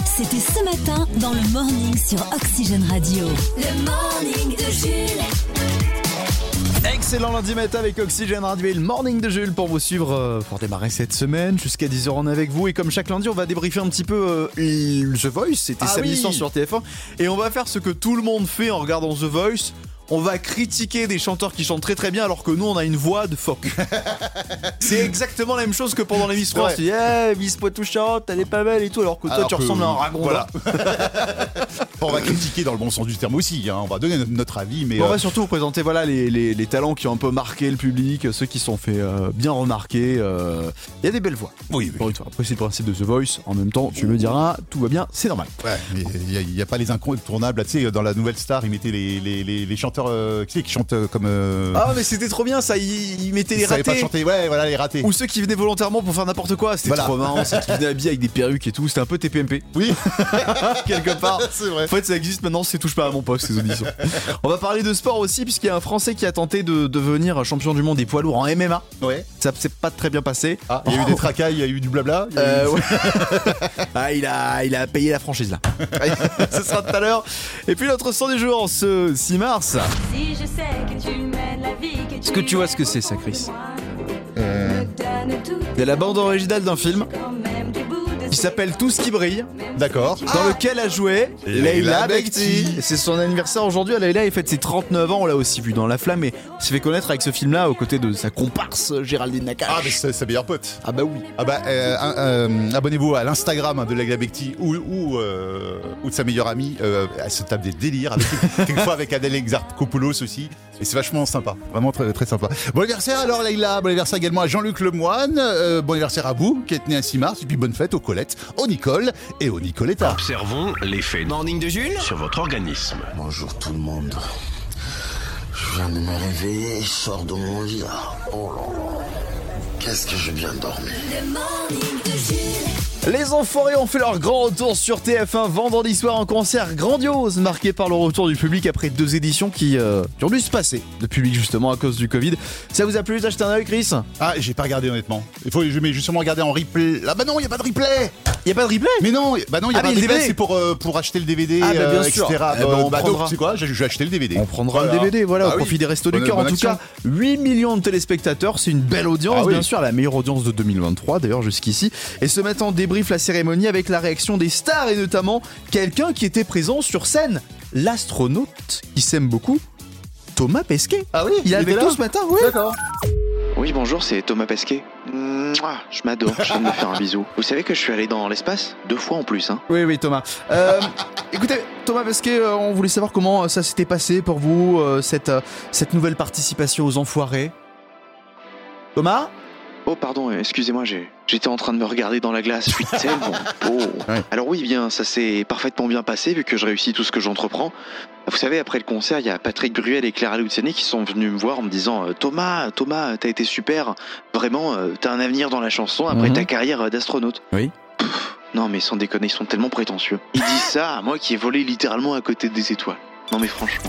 C'était ce matin dans le Morning sur Oxygène Radio. Le Morning de Jules. Excellent lundi matin avec Oxygène Radio et le Morning de Jules pour vous suivre pour démarrer cette semaine. Jusqu'à 10h on est avec vous et comme chaque lundi on va débriefer un petit peu The Voice. C'était samedi soir sur TF1 et on va faire ce que tout le monde fait en regardant The Voice. On va critiquer des chanteurs qui chantent très très bien alors que nous on a une voix de phoque. C'est exactement la même chose que pendant les Miss France. Tu dis Miss Poitou chante, elle est pas belle et tout alors que toi tu ressembles à un ragondin. Voilà. On va critiquer dans le bon sens du terme aussi, hein. On va donner notre avis. Mais on va surtout vous présenter les talents qui ont un peu marqué le public, ceux qui sont fait bien remarquer. Il y a des belles voix. Oui. Après c'est le principe de The Voice. En même temps tu me diras, tout va bien, c'est normal. Ouais, mais il n'y a pas les incontournables. Tu sais, dans la Nouvelle Star, ils mettaient les chanteurs qui chantent comme. Ah mais c'était trop bien ça, ils mettaient les ratés. Pas chanter, les ratés. Ou ceux qui venaient volontairement pour faire n'importe quoi. C'était trop marrant, ceux qui venaient habillés avec des perruques et tout. C'était un peu TPMP. Oui. Quelque part. C'est vrai. En fait ça existe maintenant, c'est touche pas à mon poste ces auditions. On va parler de sport aussi puisqu'il y a un Français qui a tenté de devenir champion du monde des poids lourds en MMA. Ouais. Ça s'est pas très bien passé. Il y a eu des tracas, il y a eu du blabla. Ouais. il a payé la franchise là. Ce sera tout à l'heure. Et puis notre son du jour ce 6 mars. Si je sais que tu mènes la vie que Est-ce que tu vois ce que c'est ça, Chris? C'est la bande originale d'un film qui s'appelle Tout ce qui brille. D'accord. Dans lequel a joué Leila Bekti. Et c'est son anniversaire aujourd'hui. Leila, elle fête ses 39 ans. On l'a aussi vu dans La Flamme et s'est fait connaître avec ce film-là aux côtés de sa comparse Géraldine Nakache. Ah, mais c'est sa meilleure pote. Ah bah oui. Ah bah, abonnez-vous à l'Instagram de Leila Bekti ou de sa meilleure amie. Elle se tape des délires quelquefois avec Adèle Exarchopoulos aussi. Et c'est vachement sympa. Vraiment très, très sympa. Bon anniversaire alors Leila. Bon anniversaire également à Jean-Luc Lemoine. Bon anniversaire à vous qui êtes né un 6 mars. Et puis bonne fête aux Colette, aux Nicole et aux Nicoletta. Observons l'effet Morning de Jules sur votre organisme. Bonjour tout le monde. Je viens de me réveiller et je sors de mon lit là. Oh là là. Qu'est-ce que j'ai bien dormi. Le Morning de Jules. Les Enfoirés ont fait leur grand retour sur TF1 vendredi soir, un concert grandiose marqué par le retour du public après 2 éditions qui ont dû se passer de public justement à cause du Covid. Ça vous a plu? T'as acheté un œil, Chris? Ah, j'ai pas regardé honnêtement. Je vais justement regarder en replay. Ah bah non, il y a pas de replay. Il y a pas de replay? Mais non, il y a pas de replay, c'est pour acheter le DVD, bien sûr. etc. Donc, c'est quoi? J'ai acheté le DVD. On prendra le DVD, au profit des Restos du Cœur. En tout cas, 8 millions de téléspectateurs, c'est une belle audience, bien sûr, la meilleure audience de 2023 d'ailleurs jusqu'ici. Et ce matin, on débriefe la cérémonie avec la réaction des stars et notamment quelqu'un qui était présent sur scène, l'astronaute qui s'aime beaucoup, Thomas Pesquet. Ah oui, il est avec nous ce matin, oui. D'accord. Oui, bonjour, c'est Thomas Pesquet. Je m'adore, je viens de me faire un bisou. Vous savez que je suis allé dans l'espace 2 fois en plus, hein. Oui, Thomas. Écoutez, Thomas Pesquet, on voulait savoir comment ça s'était passé pour vous, cette nouvelle participation aux Enfoirés. Thomas ? Oh pardon, excusez-moi, j'étais en train de me regarder dans la glace, je suis tellement beau. Ouais. Alors oui, bien, ça s'est parfaitement bien passé vu que je réussis tout ce que j'entreprends. Vous savez, après le concert, il y a Patrick Bruel et Clara Luciani qui sont venus me voir en me disant Thomas, t'as été super, vraiment, t'as un avenir dans la chanson après ta carrière d'astronaute. Oui. Non mais sans déconner, ils sont tellement prétentieux. Ils disent ça à moi qui ai volé littéralement à côté des étoiles. Non mais franchement.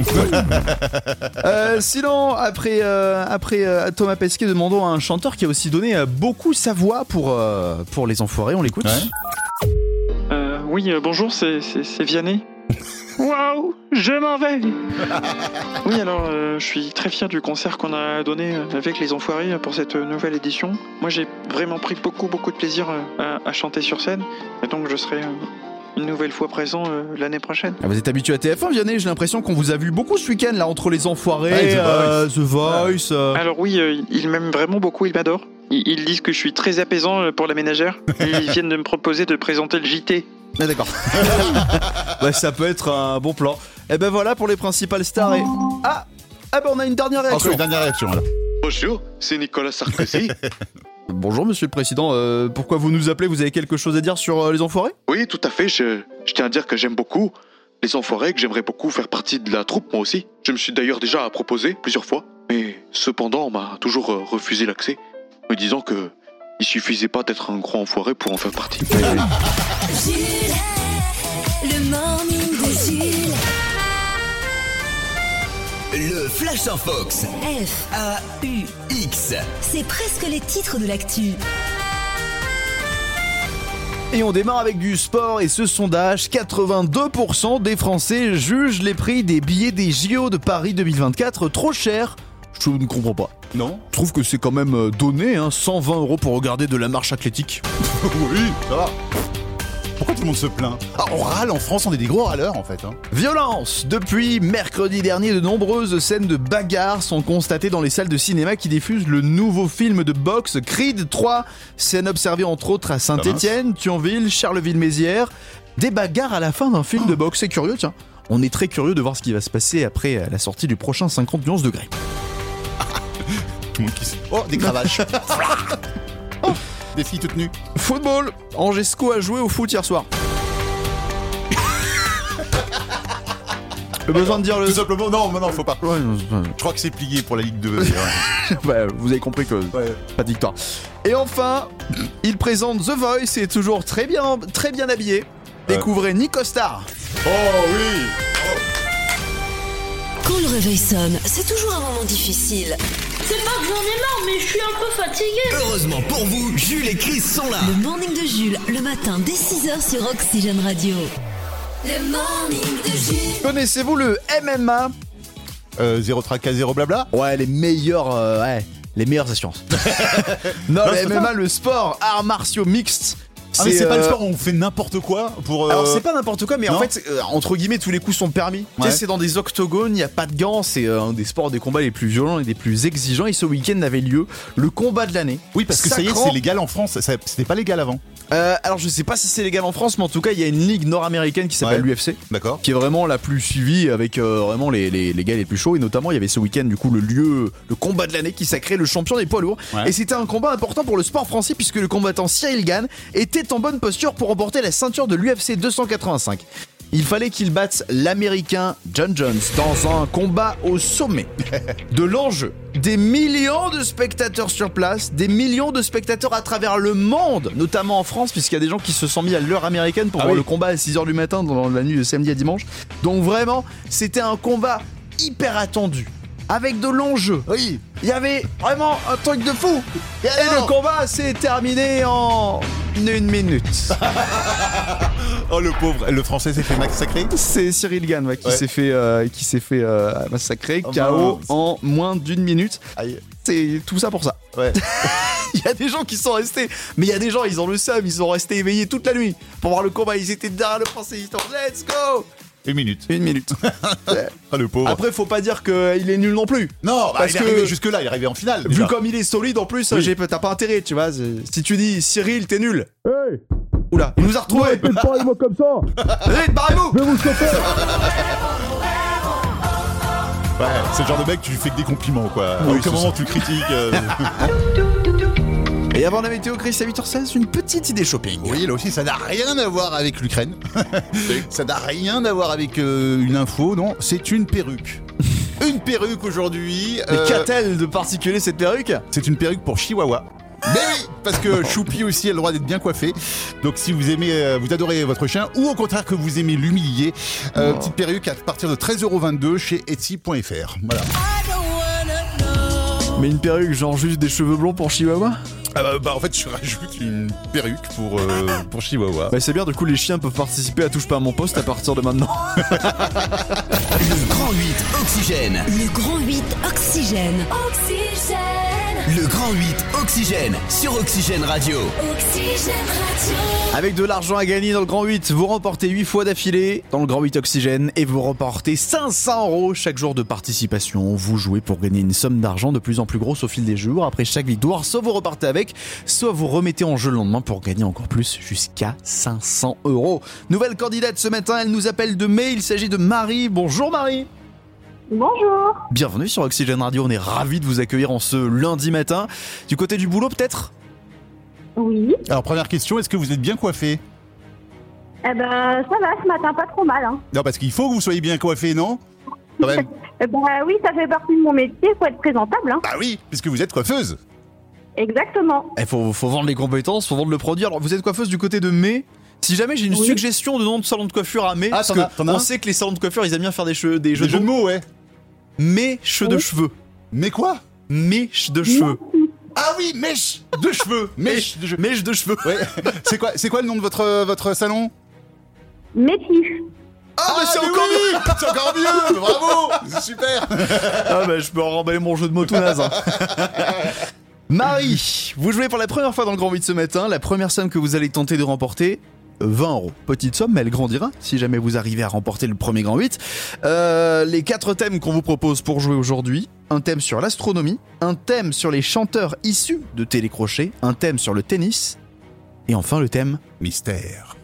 Sinon, après Thomas Pesquet, demandons à un chanteur qui a aussi donné beaucoup sa voix pour les Enfoirés. On l'écoute. Ouais. Oui, bonjour, c'est Vianney. Waouh, je m'en vais. Oui, alors, je suis très fier du concert qu'on a donné avec les Enfoirés pour cette nouvelle édition. Moi, j'ai vraiment pris beaucoup de plaisir à chanter sur scène, et donc je serai une nouvelle fois présent l'année prochaine. Vous êtes habitué à TF1, Vianney, j'ai l'impression qu'on vous a vu beaucoup ce week-end là entre les Enfoirés, The Voice. Alors oui, ils m'aiment vraiment beaucoup, ils m'adorent. Ils disent que je suis très apaisant pour la ménagère. Ils viennent de me proposer de présenter le JT. Ah, d'accord. Ça peut être un bon plan. Et ben voilà pour les principales stars. On a une dernière réaction. Encore une dernière réaction là. Bonjour, c'est Nicolas Sarkozy. Bonjour Monsieur le Président, pourquoi vous nous appelez? Vous avez quelque chose à dire sur les Enfoirés? Oui, tout à fait, je tiens à dire que j'aime beaucoup les Enfoirés, que j'aimerais beaucoup faire partie de la troupe moi aussi. Je me suis d'ailleurs déjà proposé plusieurs fois, mais cependant on m'a toujours refusé l'accès, me disant que il suffisait pas d'être un grand enfoiré pour en faire partie. Jules, le Morning de Jules. Le Flash en Fox. F-A-U-X. C'est presque les titres de l'actu. Et on démarre avec du sport et ce sondage, 82% des Français jugent les prix des billets des JO de Paris 2024 trop chers. Je ne comprends pas. Non. Je trouve que c'est quand même donné, 120 € pour regarder de la marche athlétique. Oui, ça va. Pourquoi tout le monde se plaint ? On râle en France, on est des gros râleurs en fait. Violence. Depuis mercredi dernier, de nombreuses scènes de bagarres sont constatées dans les salles de cinéma qui diffusent le nouveau film de boxe Creed 3. Scènes observées entre autres à Saint-Étienne, Thionville, Charleville-Mézières. Des bagarres à la fin d'un film de boxe, c'est curieux tiens. On est très curieux de voir ce qui va se passer après la sortie du prochain 50 nuances degrés. Tout le monde qui se... Oh, des cravaches. Des filles toutes nues. Football. Angesco a joué au foot hier soir. Besoin de dire le... Tout simplement, non, faut pas. Ouais, Je crois que c'est plié pour la Ligue 2. bah, vous avez compris que pas de victoire. Et enfin, il présente The Voice et est toujours très bien habillé. Découvrez Nico Star. Oh oui. Quand le réveil sonne, c'est toujours un moment difficile. C'est pas que j'en ai marre, mais je suis un peu fatiguée. Heureusement pour vous, Jules et Chris sont là. Le morning de Jules, le matin dès 6h sur Oxygène Radio. Le morning de Jules. Connaissez-vous le MMA ? Zéro tracas, zéro blabla. Ouais, les meilleures assurances. Non, le MMA, le sport, arts martiaux mixtes. Mais c'est pas le sport où on fait n'importe quoi pour. Alors c'est pas n'importe quoi, mais non. en fait, entre guillemets, tous les coups sont permis. Tu sais, c'est dans des octogones, il n'y a pas de gants, c'est un des sports, des combats les plus violents et des plus exigeants. Et ce week-end avait lieu le combat de l'année. Oui, parce que ça y est, c'est légal en France. C'était pas légal avant. Alors je sais pas si c'est légal en France, mais en tout cas il y a une ligue nord-américaine qui s'appelle l'UFC, d'accord, qui est vraiment la plus suivie avec vraiment les gars les plus chauds. Et notamment il y avait ce week-end du coup le combat de l'année qui sacrait le champion des poids lourds. Et c'était un combat important pour le sport français puisque le combattant Cyril Gane était en bonne posture pour remporter la ceinture de l'UFC 285. Il fallait qu'il batte l'américain John Jones dans un combat au sommet de l'enjeu. Des millions de spectateurs sur place, des millions de spectateurs à travers le monde, notamment en France, puisqu'il y a des gens qui se sont mis à l'heure américaine pour voir le combat à 6h du matin dans la nuit de samedi à dimanche. Donc vraiment, c'était un combat hyper attendu, avec de l'enjeu. Oui, il y avait vraiment un truc de fou. Et le combat s'est terminé en 1 minute. Oh le pauvre, le français s'est fait massacrer. C'est Cyril Gane qui s'est fait massacrer, KO en moins d'1 minute. Aïe. C'est tout ça pour ça. Ouais. Il y a des gens qui sont restés, mais il y a des gens, ils ont le seum, ils sont restés éveillés toute la nuit pour voir le combat. Ils étaient derrière le français, ils étaient let's go. 1 minute. 1 minute. Ah le pauvre. Après, faut pas dire qu'il est nul non plus. Non, parce il est arrivé jusque là, il est arrivé en finale. Vu comme il est solide en plus, t'as pas intérêt, tu vois. Si tu dis Cyril, t'es nul. Hey. Oula, il nous a retrouvés. Parlez-moi comme ça. Allez, barrez-vous. Je vais vous stopper. Ouais, c'est le genre de mec, tu lui fais que des compliments, quoi. À aucun moment tu le critiques. Et avant la météo, Chris, à 8h16, une petite idée shopping. Oui, là aussi, ça n'a rien à voir avec l'Ukraine. Ça n'a rien à voir avec une info, non. C'est une perruque. Une perruque aujourd'hui. Mais qu'a-t-elle de particulier cette perruque ? C'est une perruque pour Chihuahua. Mais oui, parce que Choupi aussi a le droit d'être bien coiffé. Donc si vous aimez, vous adorez votre chien, ou au contraire que vous aimez l'humilier, petite perruque à partir de 13,22€ chez Etsy.fr. Voilà. Mais une perruque, genre juste des cheveux blonds pour Chihuahua ? En fait je rajoute une perruque pour Chihuahua. Bah c'est bien, du coup les chiens peuvent participer à Touche pas à mon poste à partir de maintenant. Le Grand 8 Oxygène. Le Grand 8 Oxygène. Oxygène. Le Grand 8 Oxygène sur Oxygène Radio. Oxygène Radio. Avec de l'argent à gagner dans le Grand 8, vous remportez 8 fois d'affilée dans le Grand 8 Oxygène et vous remportez 500€ chaque jour de participation. Vous jouez pour gagner une somme d'argent de plus en plus grosse au fil des jours. Après chaque victoire, soit vous repartez avec, soit vous remettez en jeu le lendemain pour gagner encore plus, jusqu'à 500€. Nouvelle candidate ce matin, elle nous appelle de mai, il s'agit de Marie. Bonjour Marie. Bonjour. Bienvenue sur Oxygène Radio, on est ravis de vous accueillir en ce lundi matin. Du côté du boulot peut-être ? Oui. Alors première question, est-ce que vous êtes bien coiffé ? Eh ben ça va ce matin, pas trop mal. Hein. Non, parce qu'il faut que vous soyez bien coiffé, non ? Quand même. Oui, ça fait partie de mon métier, faut être présentable. Hein. Bah oui, puisque vous êtes coiffeuse. Exactement. Il faut vendre les compétences, faut vendre le produit. Alors vous êtes coiffeuse du côté de mai. Si jamais j'ai une suggestion de nom de salon de coiffure à mai, parce qu'on sait que les salons de coiffure ils aiment bien faire des jeux de mots, ouais. Mèche de cheveux. Mais quoi ? Mèche de cheveux. Ah Ah oui, mèche de cheveux. Mèche de cheveux. Ouais. C'est quoi le nom de votre salon? Métis. Ah, mais c'est encore mieux. C'est encore mieux. Bravo. C'est super. Ah bah je peux remballer mon jeu de mots tout naze. Hein. Marie, vous jouez pour la première fois dans le Grand 8 ce matin. La première somme que vous allez tenter de remporter, 20 €. Petite somme, mais elle grandira si jamais vous arrivez à remporter le premier Grand 8. Les 4 thèmes qu'on vous propose pour jouer aujourd'hui: un thème sur l'astronomie, un thème sur les chanteurs issus de télécrochet, un thème sur le tennis, et enfin le thème mystère.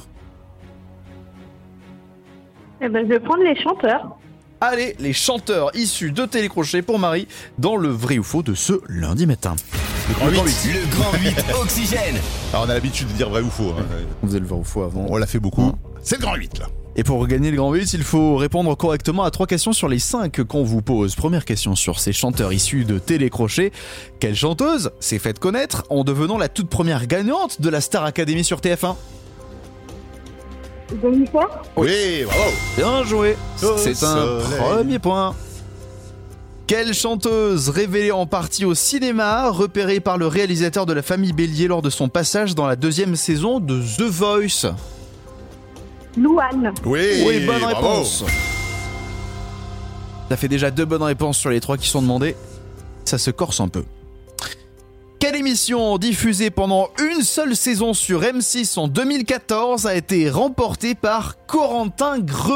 Eh ben, je vais prendre les chanteurs. Allez, les chanteurs issus de télécrochet pour Marie dans le vrai ou faux de ce lundi matin. Le Grand 8. Le Grand 8 Oxygène. Alors on a l'habitude de dire vrai ou faux. Hein. On faisait le vrai ou faux avant. On l'a fait beaucoup. C'est le Grand 8 là. Et pour gagner le Grand 8, il faut répondre correctement à 3 questions sur les 5 qu'on vous pose. Première question sur ces chanteurs issus de télécrochet. Quelle chanteuse s'est faite connaître en devenant la toute première gagnante de la Star Academy sur TF1 ? Jennifer. Oui, bravo. Bien joué. C'est un soleil. premier point. Quelle chanteuse, révélée en partie au cinéma, repérée par le réalisateur de La Famille Bélier lors de son passage dans la 2e saison de The Voice ? Louane. Oui, bonne bravo. réponse. Ça fait déjà 2 bonnes réponses sur les 3 qui sont demandées. Ça se corse un peu. Quelle émission diffusée pendant une seule saison sur M6 en 2014 a été remportée par Corentin Grevaux ?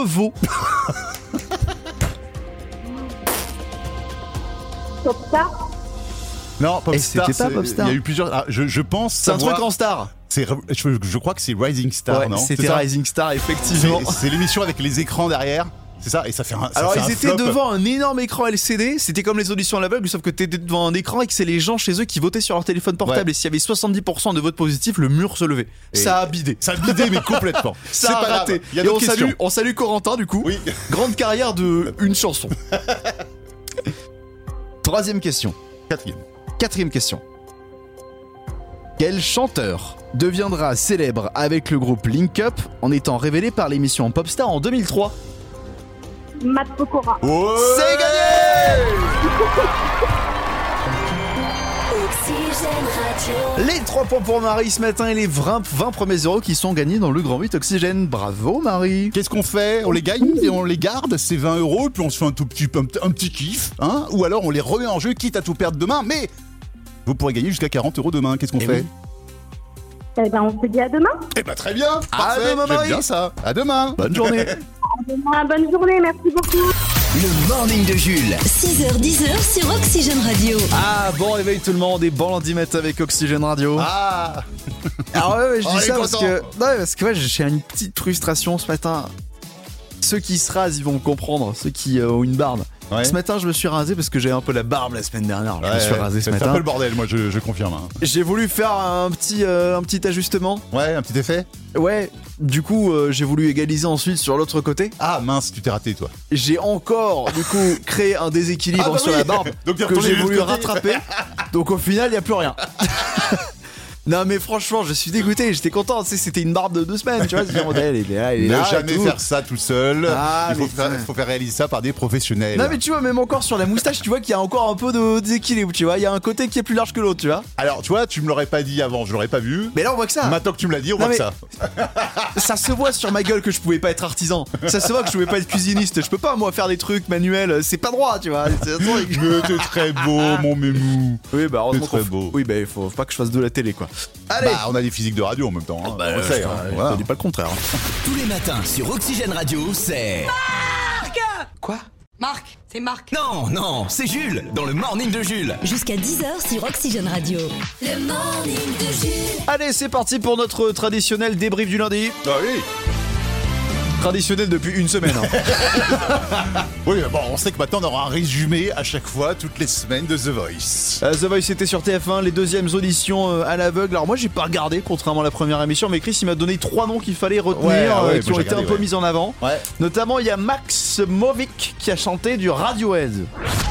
Popstar. Non, Et Popstar. c'était pas Popstar. Il y a eu plusieurs. Ah, je pense. C'est un savoir- truc en star. Je crois que c'est Rising Star, Ouais, non? c'était C'est ça Rising Star, effectivement. C'est l'émission avec les écrans derrière. C'est ça, et ça fait un. ça Alors fait ils un étaient flop. devant un énorme écran LCD, c'était comme les auditions à l'aveugle, sauf que t'étais devant un écran et que c'est les gens chez eux qui votaient sur leur téléphone portable, Ouais. et s'il y avait 70% de votes positifs, le mur se levait. Et- Ça a bidé. Ça a bidé, mais complètement. Ça C'est a pas grave. raté. Il y a Et d'autres questions. on salue Corentin du coup. Oui. Grande carrière de une chanson. Troisième question. Quatrième question. Quel chanteur deviendra célèbre avec le groupe Link Up en étant révélé par l'émission Popstar en 2003 ? Matt Pokora. Ouais. C'est gagné ! Oxygène Radio. Les 3 points pour Marie ce matin et les 20 premiers euros qui sont gagnés dans le Grand 8 Oxygène. Bravo Marie. Qu'est-ce qu'on fait? On les gagne et on les garde, ces 20 €, puis on se fait un petit kiff, hein? Ou alors on les remet en jeu, quitte à tout perdre demain, mais vous pourrez gagner jusqu'à 40 € demain. Qu'est-ce qu'on Eh fait? oui. Eh ben, on se dit à demain. Eh ben très bien. À Parfait. demain, J'aime Marie. bien ça. À demain. Bonne journée. À demain. Bonne journée. Merci beaucoup. Le morning de Jules. 6h-10h sur Oxygène Radio. Ah, bon réveil tout le monde et bon lundi matin avec Oxygène Radio. Ah. Alors ouais, je On dis est ça parce content. que, non, parce que ouais, j'ai une petite frustration ce matin. Ceux qui se rasent, ils vont me comprendre. Ceux qui ont une barbe. Ouais. Ce matin, je me suis rasé parce que j'avais un peu la barbe la semaine dernière. Je me suis rasé ce c'est un matin. peu le bordel, moi je confirme. Hein. J'ai voulu faire un petit ajustement. Ouais, un petit effet. Ouais, du coup, j'ai voulu égaliser ensuite sur l'autre côté. Ah mince, tu t'es raté toi. J'ai encore, du coup, créé un déséquilibre Ah bah sur oui. la barbe Donc t'es que retourné j'ai de voulu l'autre côté. rattraper. Donc au final, il n'y a plus rien. Non mais franchement, je suis dégoûté, j'étais content, tu sais, c'était une barbe de 2 semaines, tu vois, c'est mon modèle, il est là, il est Ne là. jamais et tout. faire ça tout seul. Ah, Il mais faut faire réaliser ça par des professionnels. Non mais tu vois, même encore sur la moustache, tu vois qu'il y a encore un peu de déséquilibre, tu vois, il y a un côté qui est plus large que l'autre, tu vois. Alors tu vois, tu me l'aurais pas dit avant, je l'aurais pas vu. Mais là on voit que ça. Maintenant que tu me l'as dit, on Non, voit que mais- ça. Ça se voit sur ma gueule que je pouvais pas être artisan. Ça se voit que je pouvais pas être cuisiniste. Je peux pas moi faire des trucs manuels, c'est pas droit, tu vois. C'est un truc. Mais t'es très beau, mon mémou. Oui, bah heureusement C'est très qu'on beau. Oui, bah il faut pas que je fasse de la télé quoi. Allez. Bah, on a des physiques de radio en même temps. Hein. Bah, on le sait. je hein. te Voilà. dis pas le contraire. Tous les matins sur Oxygène Radio, c'est... Quoi? Marc, c'est Marc. Non, non, c'est Jules, dans le morning de Jules. Jusqu'à 10h sur Oxygène Radio. Le morning de Jules. Allez, c'est parti pour notre traditionnel débrief du lundi. Ah oui. Traditionnel depuis une semaine. Hein. Oui, mais bon, on sait que maintenant on aura un résumé à chaque fois, toutes les semaines de The Voice. The Voice était sur TF1, les deuxièmes auditions à l'aveugle. Alors moi j'ai pas regardé, contrairement à la première émission, mais Chris il m'a donné 3 noms qu'il fallait retenir, Ouais, qui moi, ont j'ai été un regardé, peu ouais. mis en avant. Ouais. Notamment il y a Max Movic qui a chanté du Radiohead.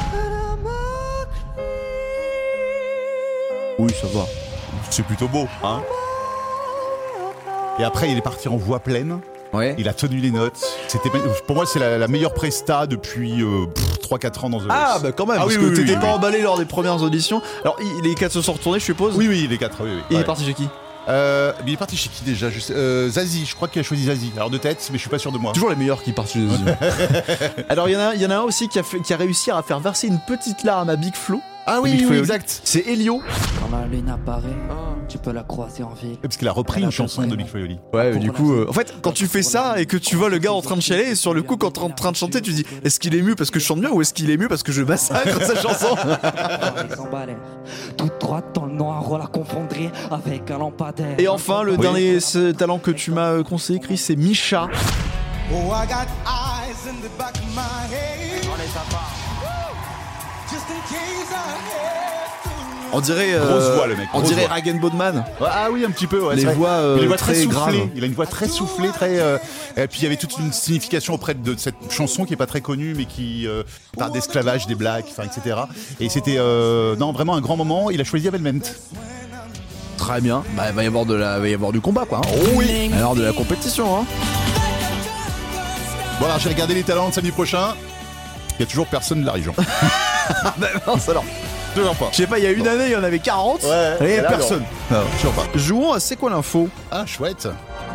Oui, ça va. C'est plutôt beau, hein. Et après, il est parti en voix pleine. Ouais. Il a tenu les notes. Pour moi, c'est la meilleure presta depuis 3-4 ans dans The Voice. Ah, bah quand même, parce que t'étais pas emballé lors des premières auditions. Alors, les 4 se sont retournés, je suppose. Oui, les 4, oui. Il est parti chez qui? Il est parti chez qui déjà? Zazie, je crois qu'il a choisi Zazie. Alors de tête, mais je suis pas sûr de moi. Toujours les meilleurs qui partent chez Zazie. Alors, il y en a un aussi qui a réussi à faire verser une petite larme à Big Flo. Ah oui, exact. C'est Elio. Quand la lune apparaît, tu peux la croiser en ville. Parce qu'il a repris une chanson de Big Flo et Oli. Ouais, du coup, en fait, quand tu fais ça et que tu vois le gars en train de chialer, et sur le coup, quand t'es en train de chanter, tu dis, est-ce qu'il est ému parce que je chante bien ou est-ce qu'il est ému parce que je massacre sa chanson? Toute droite dans le noir, on la confondrait avec un lampadaire. Et enfin, le dernier talent que tu m'as conseillé, Chris, c'est Misha. On dirait grosse voix, le mec. On dirait Hagen Bodman. Ah oui, un petit peu. Ouais, les voix très soufflées. graves. Il a une voix très soufflée, très. Et puis il y avait toute une signification auprès de cette chanson qui est pas très connue, mais qui parle d'esclavage, des blacks, etc. Et c'était vraiment un grand moment. Il a choisi Abelment. Très bien. Bah, il va y avoir du combat, quoi. Hein. Oh oui. Il va y avoir de la compétition, hein. Bon alors, j'ai regardé les talents de samedi prochain. Il y a toujours personne de la région. Bah mince alors. Toujours pas. Je sais pas, il y a une année, il y en avait 40. Ouais. Et personne. Non, toujours pas. Jouons à C'est quoi l'info? Ah, chouette.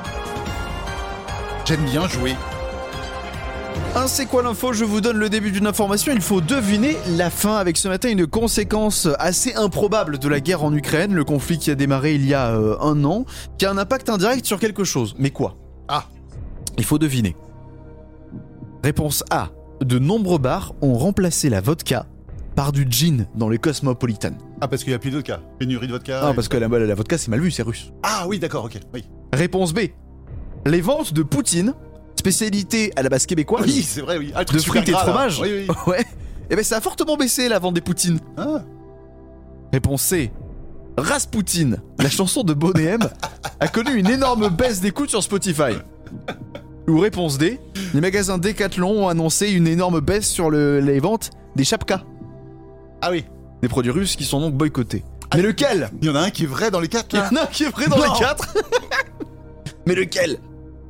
J'aime bien jouer. Un C'est quoi l'info? Je vous donne le début d'une information. Il faut deviner la fin, avec ce matin une conséquence assez improbable de la guerre en Ukraine, le conflit qui a démarré il y a 1 an, qui a un impact indirect sur quelque chose. Mais quoi? Ah. Il faut deviner. Réponse A. De nombreux bars ont remplacé la vodka par du gin dans les Cosmopolitan. Ah, parce qu'il y a plus de vodka. Pénurie de vodka. Ah, parce que la vodka c'est mal vu, c'est russe. Ah oui, d'accord, ok. Oui. Réponse B. Les ventes de poutine, spécialité à la base québécoise. Oui, c'est vrai, oui. Ah, de fruits et fromage. Oui. Ouais. Et ben ça a fortement baissé la vente des poutines. Ah. Réponse C. Rasputin, la chanson de Boney M, a connu une énorme baisse d'écoute sur Spotify. Ou réponse D. Les magasins Decathlon ont annoncé une énorme baisse sur les ventes des chapkas. Ah oui. Des produits russes qui sont donc boycottés. Mais lequel? Il y en a un qui est vrai dans les 4 là. Il y en a un qui est vrai dans les 4. Mais lequel?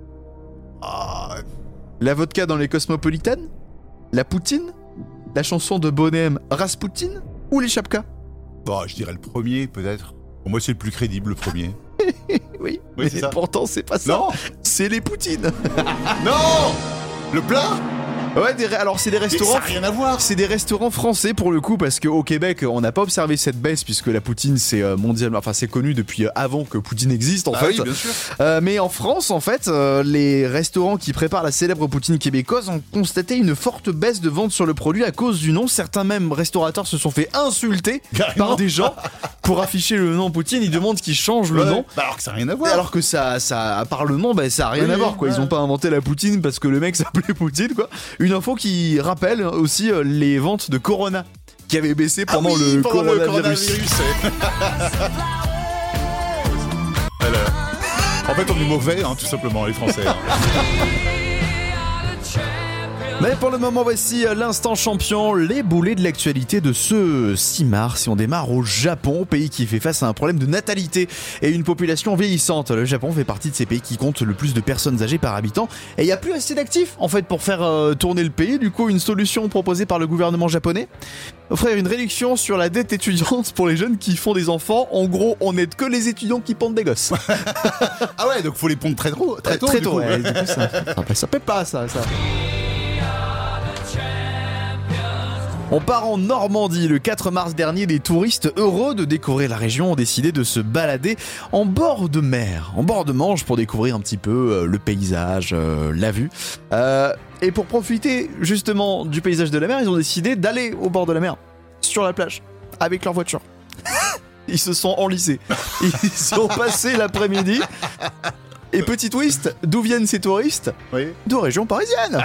La vodka dans les Cosmopolitan? La poutine? La chanson de Boney M, Rasputin? Ou les chapkas? Bon, je dirais le premier peut-être. Pour moi c'est le plus crédible, le premier. Oui, c'est ça. pourtant c'est pas ça. Non. C'est les poutines. Non. Le plat. Ouais, alors c'est des restaurants. Ça n'a rien à voir. C'est des restaurants français pour le coup, parce qu'au Québec, on n'a pas observé cette baisse puisque la poutine c'est mondial, enfin c'est connu depuis avant que Poutine existe en fait. Oui, bien sûr. Mais en France, en fait, les restaurants qui préparent la célèbre poutine québécoise ont constaté une forte baisse de vente sur le produit à cause du nom. Certains même restaurateurs se sont fait insulter par des gens pour afficher le nom poutine. Ils demandent qu'ils changent le nom. Bah alors que ça n'a rien à voir. Alors que ça à part le nom, bah, ça a rien à voir quoi. Ils ont pas inventé la poutine parce que le mec s'appelait Poutine quoi. Une info qui rappelle aussi les ventes de Corona qui avaient baissé pendant le coronavirus. En fait, on est mauvais, hein, tout simplement, les Français. Hein. Mais pour le moment, voici l'instant champion, les boulets de l'actualité de ce 6 mars. Et on démarre au Japon, pays qui fait face à un problème de natalité et une population vieillissante. Le Japon fait partie de ces pays qui comptent le plus de personnes âgées par habitant. Et il n'y a plus assez d'actifs, en fait, pour faire tourner le pays. Du coup, une solution proposée par le gouvernement japonais: offrir une réduction sur la dette étudiante pour les jeunes qui font des enfants. En gros, on n'aide que les étudiants qui pondent des gosses. Ah ouais, donc faut les pondre très tôt. Très tôt, ouais, du coup, ça paie pas, ça. On part en Normandie. Le 4 mars dernier, des touristes heureux de découvrir la région ont décidé de se balader en bord de mer, en bord de Manche, pour découvrir un petit peu le paysage, la vue. Et pour profiter justement du paysage de la mer, ils ont décidé d'aller au bord de la mer, sur la plage, avec leur voiture. Ils se sont enlisés. Ils sont passés l'après-midi. Et petit twist, d'où viennent ces touristes? Oui. De région parisienne.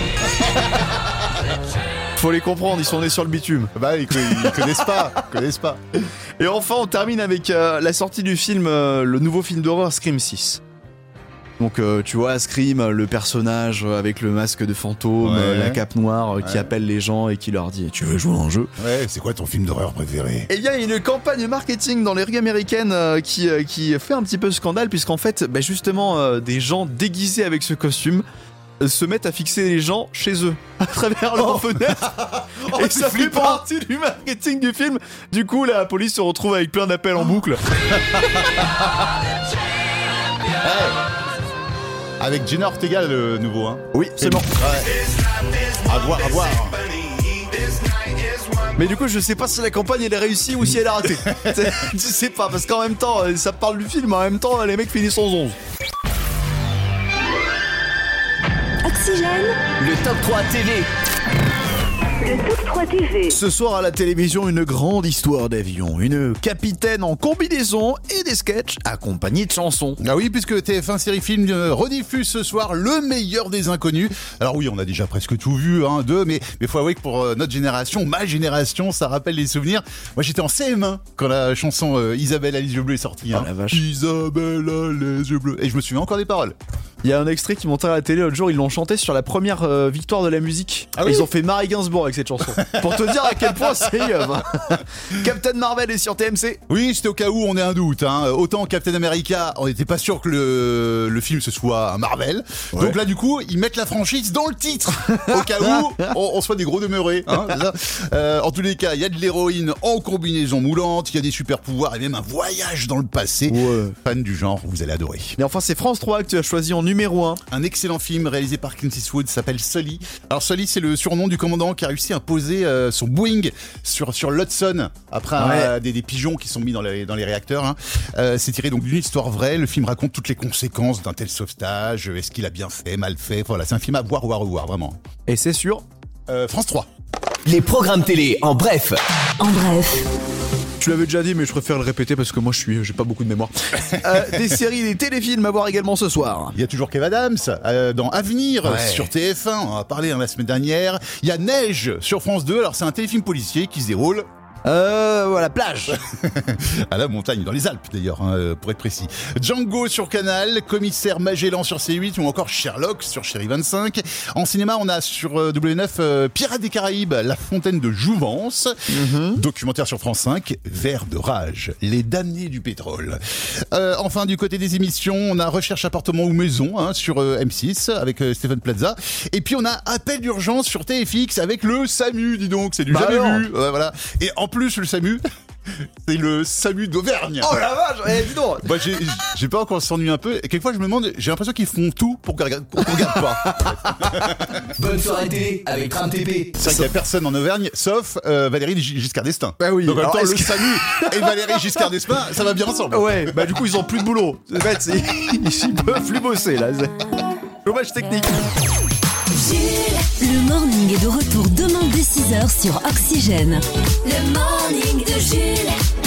Faut les comprendre, ils sont nés sur le bitume. Bah, ils connaissent pas. Et enfin, on termine avec la sortie du film, le nouveau film d'horreur Scream 6. Donc tu vois Scream, le personnage avec le masque de fantôme, la cape noire qui appelle les gens et qui leur dit tu veux jouer à un jeu? Ouais, c'est quoi ton film d'horreur préféré? Et il y a une campagne marketing dans les rues américaines qui fait un petit peu scandale puisqu'en fait justement des gens déguisés avec ce costume se mettent à fixer les gens chez eux à travers leurs fenêtres et ça fait partie du marketing du film. Du coup la police se retrouve avec plein d'appels en boucle. Avec Jenna Ortega le nouveau hein. Oui, c'est bon. À voir. Mais du coup, je sais pas si la campagne elle est réussie ou si elle a raté. Je sais pas, parce qu'en même temps, ça parle du film, en même temps, les mecs finissent en 11. Oxygène. Le top 3 TV. Le top 3 TV. Ce soir à la télévision, une grande histoire d'avion. Une capitaine en combinaison et des sketchs accompagnés de chansons. Ah oui, puisque TF1 Série Film rediffuse ce soir Le Meilleur des Inconnus. Alors oui, on a déjà presque tout vu, mais faut avouer que pour notre génération, ma génération, ça rappelle les souvenirs. Moi, j'étais en CM1 quand la chanson Isabelle a les yeux bleus est sortie. Oh la vache. Isabelle a les yeux bleus. Et je me souviens encore des paroles. Il y a un extrait qui montait à la télé l'autre jour, ils l'ont chanté sur la première victoire de la musique. Ah oui. Ils ont fait Marie Gainsbourg avec cette chanson. Pour te dire à quel point c'est Captain Marvel est sur TMC. Oui, c'était au cas où on ait un doute. Autant Captain America, on n'était pas sûr que le film ce soit un Marvel. Ouais. Donc là, du coup, ils mettent la franchise dans le titre. Au cas où on soit des gros demeurés. En tous les cas, il y a de l'héroïne en combinaison moulante, il y a des super pouvoirs et même un voyage dans le passé. Ouais. Fan du genre, vous allez adorer. Mais enfin, c'est France 3 que tu as choisi en numéro 1. Un excellent film réalisé par Clint Eastwood s'appelle Sully. Alors Sully, c'est le surnom du commandant qui a réussi à poser son Boeing sur l'Hudson après des pigeons qui sont mis dans les réacteurs. C'est tiré donc d'une histoire vraie. Le film raconte toutes les conséquences d'un tel sauvetage. Est-ce qu'il a bien fait, mal fait? Voilà, c'est un film à voir, vraiment. Et c'est sur France 3. Les programmes télé en bref. Tu l'avais déjà dit, mais je préfère le répéter parce que moi j'ai pas beaucoup de mémoire. Des séries, des téléfilms à voir également ce soir. Il y a toujours Kev Adams dans Avenir sur TF1, on en a parlé la semaine dernière. Il y a Neige sur France 2, alors c'est un téléfilm policier qui se déroule la plage. À la montagne, dans les Alpes d'ailleurs, pour être précis. Django sur Canal, Commissaire Magellan sur C8 ou encore Sherlock sur Chérie 25. En cinéma, on a sur W9 Pirates des Caraïbes, La Fontaine de Jouvence. Documentaire sur France 5, Vert de rage, Les damnés du pétrole. Enfin, du côté des émissions, on a Recherche appartement ou maison sur M6 avec Stéphane Plaza. Et puis on a Appel d'urgence sur TFX avec le SAMU, dis donc, c'est du jamais vu. Voilà. Et en plus, le SAMU, c'est le SAMU d'Auvergne. Oh la vache, dis donc. Moi, j'ai pas encore s'ennuie un peu. Et quelquefois, je me demande, j'ai l'impression qu'ils font tout pour qu'on regarde pas. Bonne soirée télé avec Tram TP. C'est vrai qu'il y a personne en Auvergne, sauf Valérie Giscard d'Estaing. Bah oui. Donc en même temps, le SAMU et Valérie Giscard d'Estaing, ça va bien ensemble. Ouais, du coup, ils ont plus de boulot. En fait, ils peuvent plus bosser, là. Dommage technique. Le morning est de retour demain dès 6h sur Oxygène. Le morning de Jules.